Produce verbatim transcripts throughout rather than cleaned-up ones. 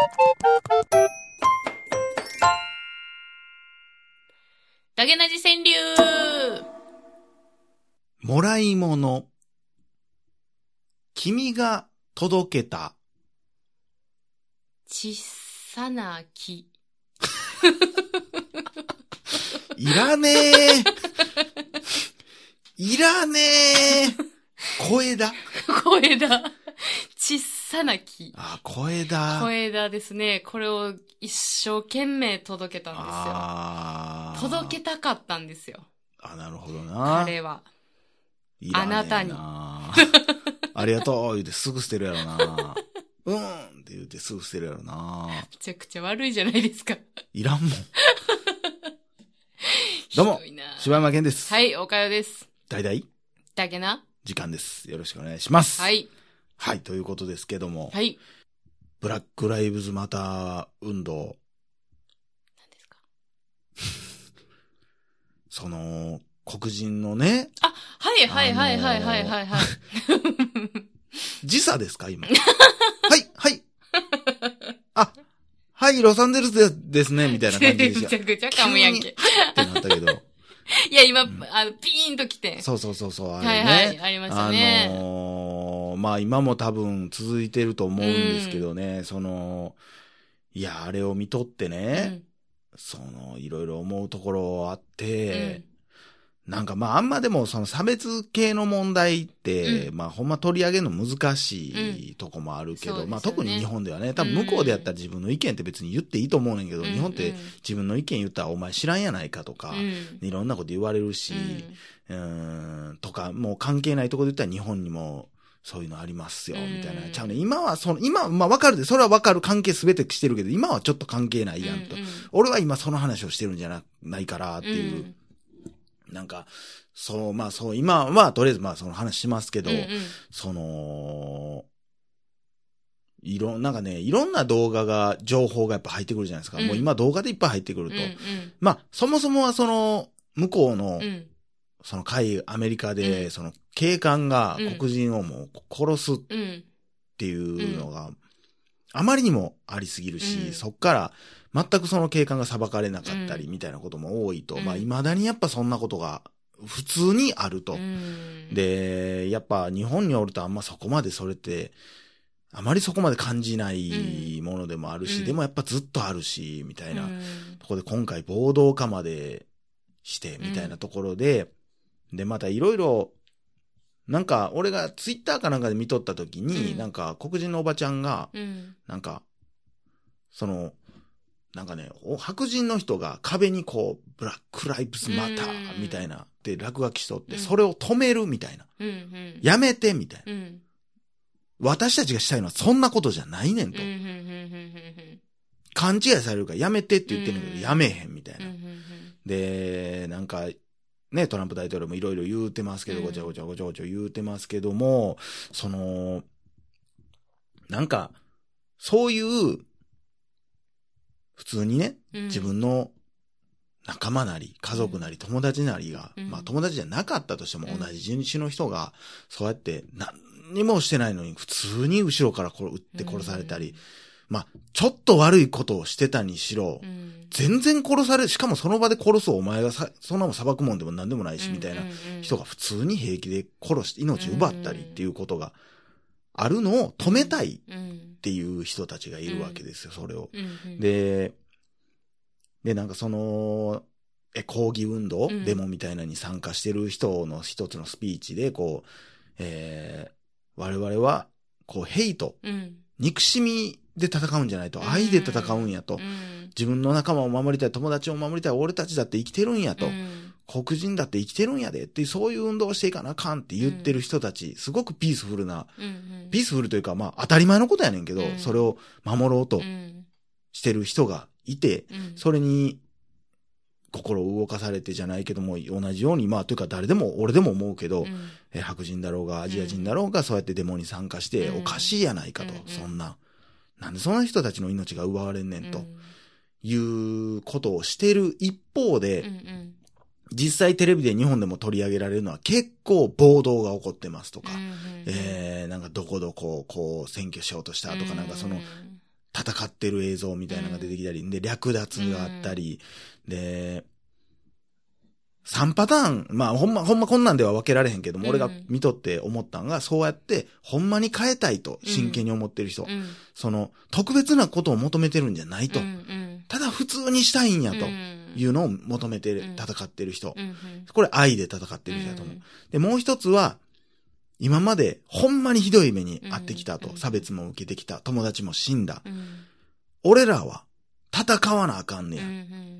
ダゲナジ川柳。 もらい物。君が届けた。 ちっさな木。 いらねえ。いらねえ。小枝。 小枝。ちっさな木。 あ、小枝。 小枝ですね。これを一生懸命届けたんですよ。 あ届けたかったんですよ。 あ、なるほどな。 彼は。 いらねえな。 あなたに。 ありがとう言うてすぐ捨てるやろな。うんって言うてすぐ捨てるやろな。 めちゃくちゃ悪いじゃないですか。 いらんもん。どうも、柴山健です。 はい、おかよです。 だいだいだけな時間です。よろしくお願いします。 はい。 はい、ということですけども。 はい。 ブラックライブズマター運動。 何ですか？ その、黒人のね。 あ、はいはいはいはいはいはいはい。 時差ですか今。はい、はい。あ、はい、ロサンゼルスでですね、みたいな感じでした。 めちゃくちゃ噛むやんけ。 ってなったけど。 いや、今、うん、あの、ピーンと来て。 そうそうそうそう、あれね。 はいはい、ありましたね。 あのー、まあ今も多分続いてると思うんですけどね、うん、その、いや、あれを見とってね、うん、その、いろいろ思うところあって、うん、なんかまああんまでもその差別系の問題って、うん、まあほんま取り上げるの難しいとこもあるけど、うん、まあ特に日本ではね、多分向こうでやったら自分の意見って別に言っていいと思うねんけど、うん、日本って自分の意見言ったらお前知らんやないかとか、うん、いろんなこと言われるし、うん、うーんとかもう関係ないところで言ったら日本にもそういうのありますよ、みたいな。ちゃうね。今はその、今、まあわかるで、それはわかる、関係すべてしてるけど、今はちょっと関係ないやんと。うんうん、俺は今その話をしてるんじゃな、ないからっていう。うん、なんか、そう、まあそう、今はとりあえずまあその話しますけど、うんうん、その、いろん、なんかね、いろんな動画が、情報がやっぱ入ってくるじゃないですか。うん、もう今動画でいっぱい入ってくると。うんうん、まあ、そもそもはその、向こうの、うん、その海、アメリカで、うん、その警官が黒人をもう殺すっていうのが、あまりにもありすぎるし、うん、そっから全くその警官が裁かれなかったりみたいなことも多いと、うん、まあ未だにやっぱそんなことが普通にあると。うん、で、やっぱ日本におるとあんまそこまでそれって、あまりそこまで感じないものでもあるし、うん、でもやっぱずっとあるし、みたいな、うん、ところで今回暴動化までして、みたいなところで、うん、で、またいろいろ、なんか、俺がツイッターかなんかで見とったときに、うん、なんか黒人のおばちゃんが、うん、なんか、その、なんかね、白人の人が壁にこう、ブラックライブズマターみたいな、で落書きしとって、うん、それを止めるみたいな。うんうん、やめてみたいな、うん。私たちがしたいのはそんなことじゃないねんと。うんうんうんうん、勘違いされるからやめてって言ってるんだけど、うん、やめへんみたいな。うんうんうん、で、なんか、ね、トランプ大統領もいろいろ言うてますけど、うん、ごちゃごちゃごちゃごちゃ言うてますけども、その、なんか、そういう、普通にね、うん、自分の仲間なり、家族なり、友達なりが、うん、まあ友達じゃなかったとしても、同じ人種の人が、そうやって何にもしてないのに、普通に後ろから撃って殺されたり、うん、まあ、ちょっと悪いことをしてたにしろ、うん、全然殺される、しかもその場で殺すお前がさ、そんなもん裁くもんでも何でもないし、みたいな人が普通に平気で殺して命奪ったりっていうことがあるのを止めたいっていう人たちがいるわけですよ、それを。で、で、なんかその、え、抗議運動、デモみたいなのに参加してる人の一つのスピーチで、こう、えー、我々は、こう、ヘイト、憎しみで戦うんじゃないと、愛で戦うんやと、うん、自分の仲間を守りたい、友達を守りたい、俺たちだって生きてるんやと、うん、黒人だって生きてるんやでっていう、そういう運動をしていかなあかんって言ってる人たち、すごくピースフルな、うん、ピースフルというか、まあ当たり前のことやねんけど、うん、それを守ろうとしてる人がいて、うん、それに心を動かされてじゃないけども、同じように、まあというか誰でも、俺でも思うけど、うん、え白人だろうがアジア人だろうが、そうやってデモに参加して、おかしいやないかと、うん、そんな。なんでそんな人たちの命が奪われんねんということをしてる一方で、うんうん、実際テレビで日本でも取り上げられるのは結構暴動が起こってますとか、うんうん、えー、なんかどこどこをこう占拠しようとしたとか、なんかその戦ってる映像みたいなのが出てきたり、うん、で、略奪があったり、うん、で、さんパターン、まあほんま、ほんまこんなんでは分けられへんけども、うん、俺が見とって思ったんが、そうやって、ほんまに変えたいと真剣に思ってる人、うん、その、特別なことを求めてるんじゃないと。うんうん、ただ普通にしたいんやというのを求めて戦ってる人。うんうん、これ愛で戦ってる人だと思う。うん、で、もう一つは、今までほんまにひどい目に遭ってきたと、うん、差別も受けてきた、友達も死んだ。うん、俺らは戦わなあかんねや。うんうん、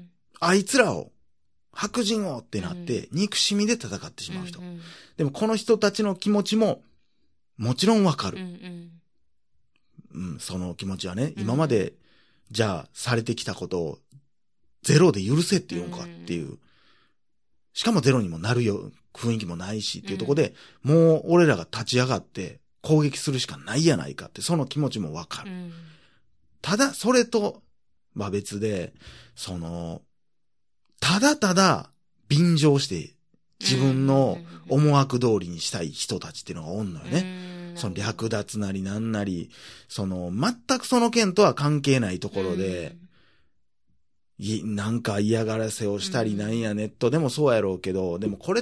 あいつらを白人をってなって、憎しみで戦ってしまう人、うんうん。でもこの人たちの気持ちも、もちろんわかる、うんうんうん。その気持ちはね、今まで、じゃあ、されてきたことを、ゼロで許せって言うんかっていう。しかもゼロにもなるよ、雰囲気もないしっていうところで、うん、もう俺らが立ち上がって攻撃するしかないやないかって、その気持ちもわかる。うん、ただ、それとは別で、その、ただただ便乗して自分の思惑通りにしたい人たちっていうのがおんのよね。その略奪なりなんなり、その全くその件とは関係ないところで、いなんか嫌がらせをしたりなんやネットでもそうやろうけど、でもこれって、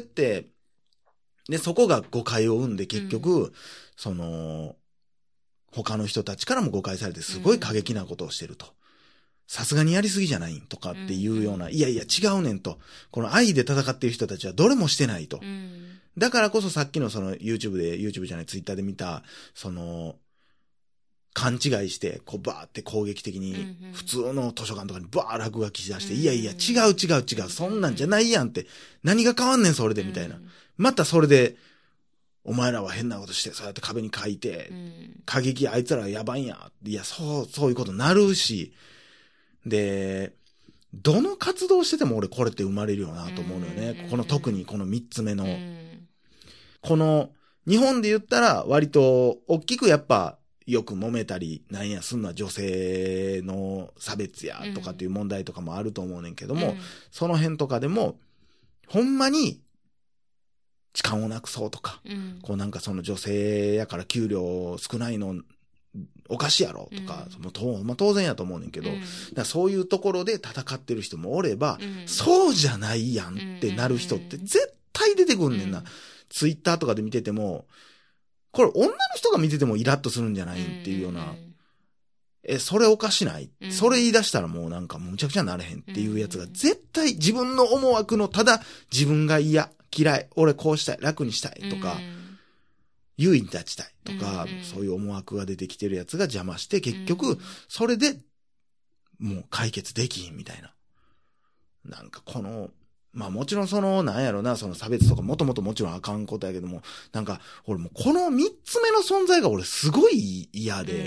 で、そこが誤解を生んで結局、その、他の人たちからも誤解されてすごい過激なことをしてると。さすがにやりすぎじゃないんとかっていうような、うんうん、いやいや違うねんと。この愛で戦っている人たちはどれもしてないと。うん、だからこそさっきのその YouTube で、YouTube じゃない Twitter で見た、その、勘違いして、こうバーって攻撃的に、普通の図書館とかにバー落書きしだして、うんうん、いやいや違う違う違う、そんなんじゃないやんって、何が変わんねんそれでみたいな。またそれで、お前らは変なことして、そうやって壁に書いて、過激あいつらやばいんや。いや、そう、そういうことなるし、で、どの活動してても俺これって生まれるよなと思うのよね。この特にこの三つ目の。この日本で言ったら割と大きくやっぱよく揉めたりなんやすんのは女性の差別やとかっていう問題とかもあると思うねんけども、その辺とかでもほんまに痴漢をなくそうとか、こうなんかその女性やから給料少ないのおかしいやろとか、うん、とまあ、当然やと思うねんけど、うん、だからそういうところで戦ってる人もおれば、うん、そうじゃないやんってなる人って絶対出てくんねんな。うん、ツイッターとかで見てても、これ女の人が見ててもイラッとするんじゃないっていうような、うん、え、それおかしない、うん、それ言い出したらもうなんかむちゃくちゃなれへんっていうやつが絶対自分の思惑のただ自分が嫌、嫌い、俺こうしたい、楽にしたいとか、うん優位に立ちたいとか、うんうん、そういう思惑が出てきてるやつが邪魔して、結局、それで、もう解決できひんみたいな。なんかこの、まあもちろんその、なんやろな、その差別とかもともともちろんあかんことやけども、なんか、俺もうこの三つ目の存在が俺すごい嫌で、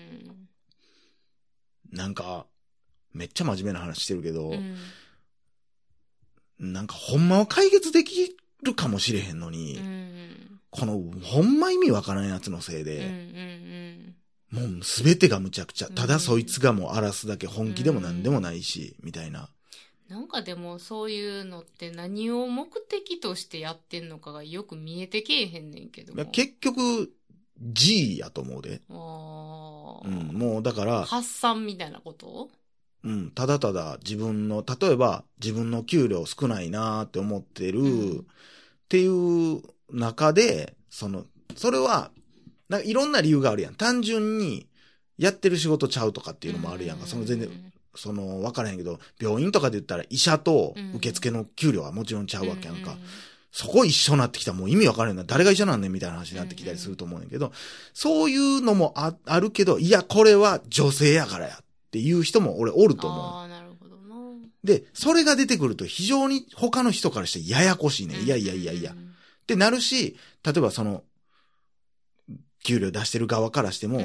うん、なんか、めっちゃ真面目な話してるけど、うん、なんかほんまは解決できるかもしれへんのに、うんこの、ほんま意味わからんやつのせいで、うんうんうん、もうすべてがむちゃくちゃ、ただそいつがもう荒らすだけ本気でもなんでもないし、うん、みたいな。 なんかでもそういうのって何を目的としてやってんのかがよく見えてけえへんねんけども。 結局、G やと思うで。あうん、もうだから。 発散みたいなことうん、ただただ自分の、例えば自分の給料少ないなーって思ってる、うん、っていう、中で、その、それは、なんかいろんな理由があるやん。単純に、やってる仕事ちゃうとかっていうのもあるやんか。その全然、その、わからへんけど、病院とかで言ったら医者と受付の給料はもちろんちゃうわけやんか。そこ一緒になってきたらもう意味わからへんな。誰が医者なんねんみたいな話になってきたりすると思うねんけど、そういうのも あ, あるけど、いや、これは女性やからやっていう人も俺おると思う。ああ、なるほどな。で、それが出てくると非常に他の人からしてややこしいね。いやいやいやいや。ってなるし、例えばその、給料出してる側からしても、うん、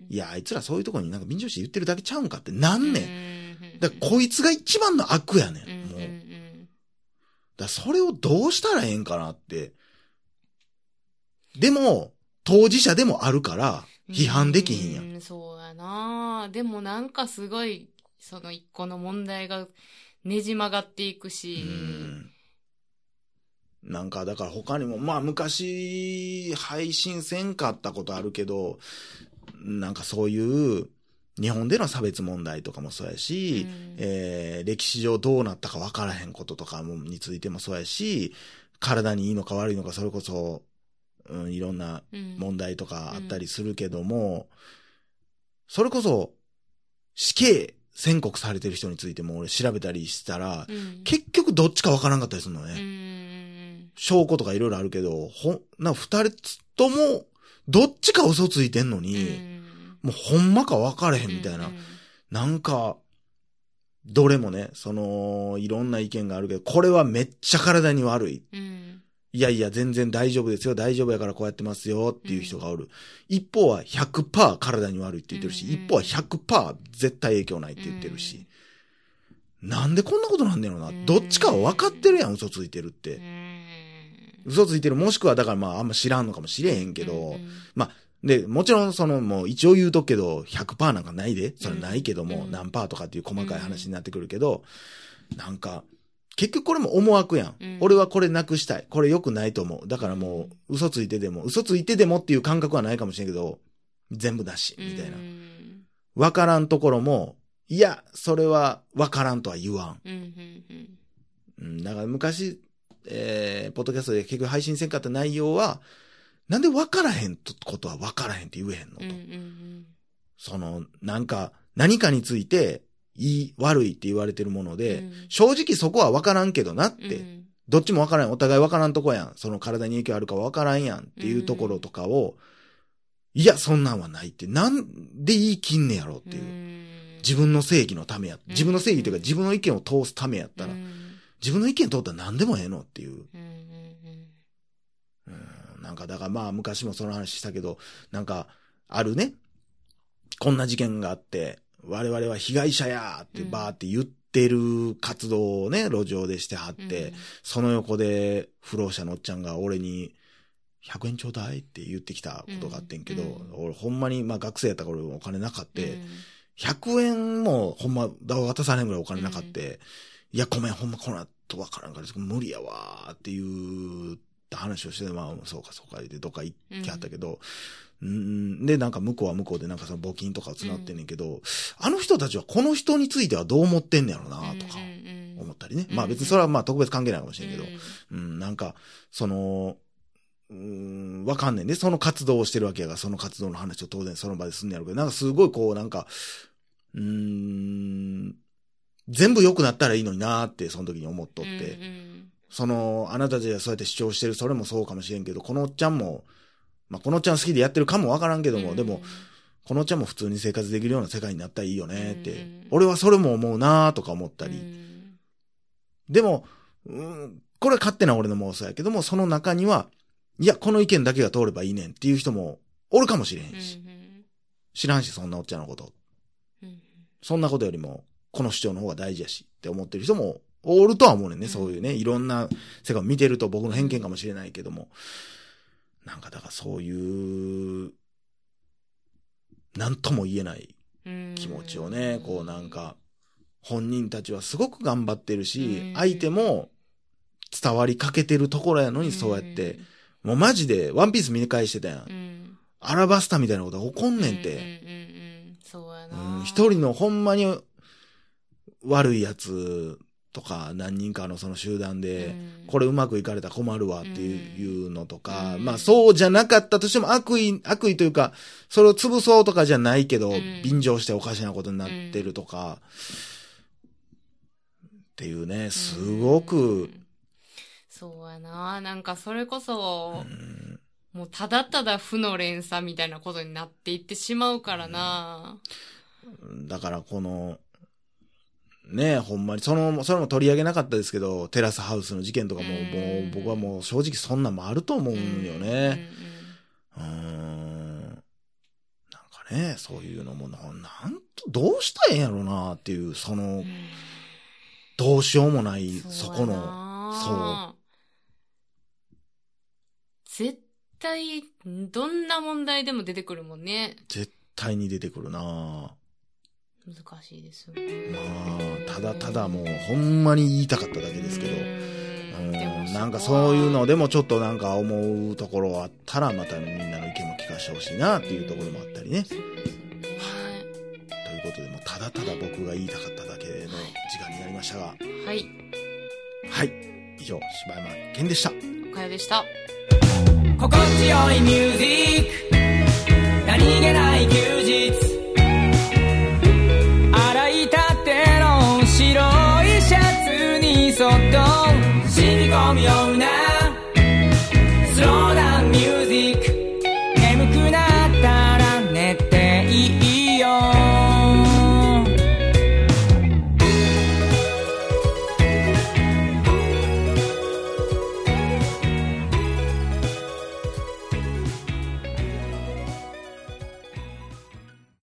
いや、あいつらそういうところになんか便乗して言ってるだけちゃうんかってなんねん。だからこいつが一番の悪やねん、もう。だからそれをどうしたらええんかなって。でも、当事者でもあるから、批判できひんやん。 うん、そうやなでもなんかすごい、その一個の問題がねじ曲がっていくし、うんなんか、だから他にも、まあ昔、配信せんかったことあるけど、なんかそういう、 日本での差別問題とかもそうやし、うん、えー、歴史上どうなったか分からへんこととかもについてもそうやし、体にいいのか悪いのか、それこそ、うん、いろんな問題とかあったりするけども、うん、それこそ死刑宣告されてる人についても俺調べたりしたら、うん、結局どっちか分からんかったりするのね。うん、証拠とかいろいろあるけど、ほな二人ともどっちか嘘ついてんのに、うんもうほんまか分かれへんみたいな。うんうん、なんか、どれもね、その、いろんな意見があるけど、これはめっちゃ体に悪い。うん、いやいや、全然大丈夫ですよ。大丈夫やからこうやってますよっていう人がおる。うん、一方は ひゃくパーセント 体に悪いって言ってるし、うんうん、一方は ひゃくパーセント 絶対影響ないって言ってるし。うん、なんでこんなことなんねやろな。どっちかは分かってるやん、嘘ついてるって。うん、嘘ついてる、もしくはだからまああんま知らんのかもしれへんけど、うんうん、まあ、で、もちろんそのもう一応言うとくけど ひゃくパーセント なんかないで。それないけども、うん、何パーとかっていう細かい話になってくるけど、うん、なんか、結局これも思惑やん、うん。俺はこれなくしたい。これ良くないと思う。だからもう嘘ついてでも、嘘ついてでもっていう感覚はないかもしれんけど、全部だし、みたいな。わからんところも、いや、それはわからんとは言わん。うん、だから昔、えー、ポッドキャストで結局配信せんかった内容は、なんで分からへんことは分からへんって言えへんのと。うんうんうん、その、なんか、何かについて、いい、悪いって言われてるもので、うん、正直そこは分からんけどなって、うん、どっちも分からん。お互い分からんとこやん。その体に影響あるか分からんやんっていうところとかを、うん、いや、そんなんはないって、なんで言い切んねやろっていう。うん、自分の正義のためや。自分の正義というか自分の意見を通すためやったら、うん、自分の意見通ったら何でもええのっていう。うんなんかだからまあ昔もその話したけど、なんかあるね、こんな事件があって我々は被害者やーってバーって言ってる活動をね路上でしてはって、うん、その横で不老者のおっちゃんが俺にひゃくえんちょうだいって言ってきたことがあってんけど、うん、俺ほんまにまあ学生やったからお金なかって、うん、ひゃくえんもほんま渡されんぐらいお金なかって、うん、いやごめんほんまこの後わからんから無理やわーっていう話をして、まあ、そうかそうかでどっか行きはったけど、うん、で、なんか向こうは向こうでなんかその募金とか募ってんねんけど、うん、あの人たちはこの人についてはどう思ってんねやろなとか思ったりね。うん、まあ別にそれはまあ特別関係ないかもしれんけど、うん、うん、なんか、その、うーん、わかんねんね。その活動をしてるわけやが、その活動の話を当然その場ですんねやろうけど、なんかすごいこうなんか、うーん、全部良くなったらいいのになーってその時に思っとって、うんうんその、あなたたちがそうやって主張してる、それもそうかもしれんけど、このおっちゃんも、まあ、このおっちゃん好きでやってるかもわからんけども、うん、でも、このおっちゃんも普通に生活できるような世界になったらいいよねって、うん、俺はそれも思うなーとか思ったり。うん、でも、うん、これは勝手な俺の妄想やけども、その中には、いや、この意見だけが通ればいいねんっていう人もおるかもしれへんし。うん、知らんし、そんなおっちゃんのこと。うん、そんなことよりも、この主張の方が大事やしって思ってる人も、おるとは思うねんね、うん、そういうね、いろんな世界を見てると僕の偏見かもしれないけども、なんかだからそういう、なんとも言えない気持ちをね、こうなんか、本人たちはすごく頑張ってるし、相手も伝わりかけてるところやのにそうやって、もうマジでワンピース見返してたやん。アラバスタみたいなことが起こんねんて。 そうやな。 一人のほんまに悪いやつ、とか何人かのその集団で、うん、これうまくいかれたら困るわっていうのとか、うん、まあそうじゃなかったとしても悪意、悪意というか、それを潰そうとかじゃないけど、うん、便乗しておかしなことになってるとか、うん、っていうね、すごく、うん、 そうやな、なんかそれこそ、うん、もうただただ負の連鎖みたいなことになっていってしまうからな。 うん、だからこの、ねえ、ほんまに。その、それも取り上げなかったですけど、テラスハウスの事件とかも、もう、僕はもう正直そんなんもあると思うんよね。うーん。なんかね、そういうのもな、なんと、どうしたらええんやろうなっていう、その、どうしようもない、そこの、そう。 絶対、どんな問題でも出てくるもんね。 絶対に出てくるな難しいですよね。 まあ、ただただもうほんまに言いたかっただけですけど、うん、なんかそういうのでもちょっとなんか思うところあったらまたみんなの意見も聞かせてほしいなっていうところもあったりね。はい。とことで、もうただただ僕が言いたかっただけの時間になりましたが。 はい。 はい。以上、柴山健でした。 おかよでした。 心地よいミュージック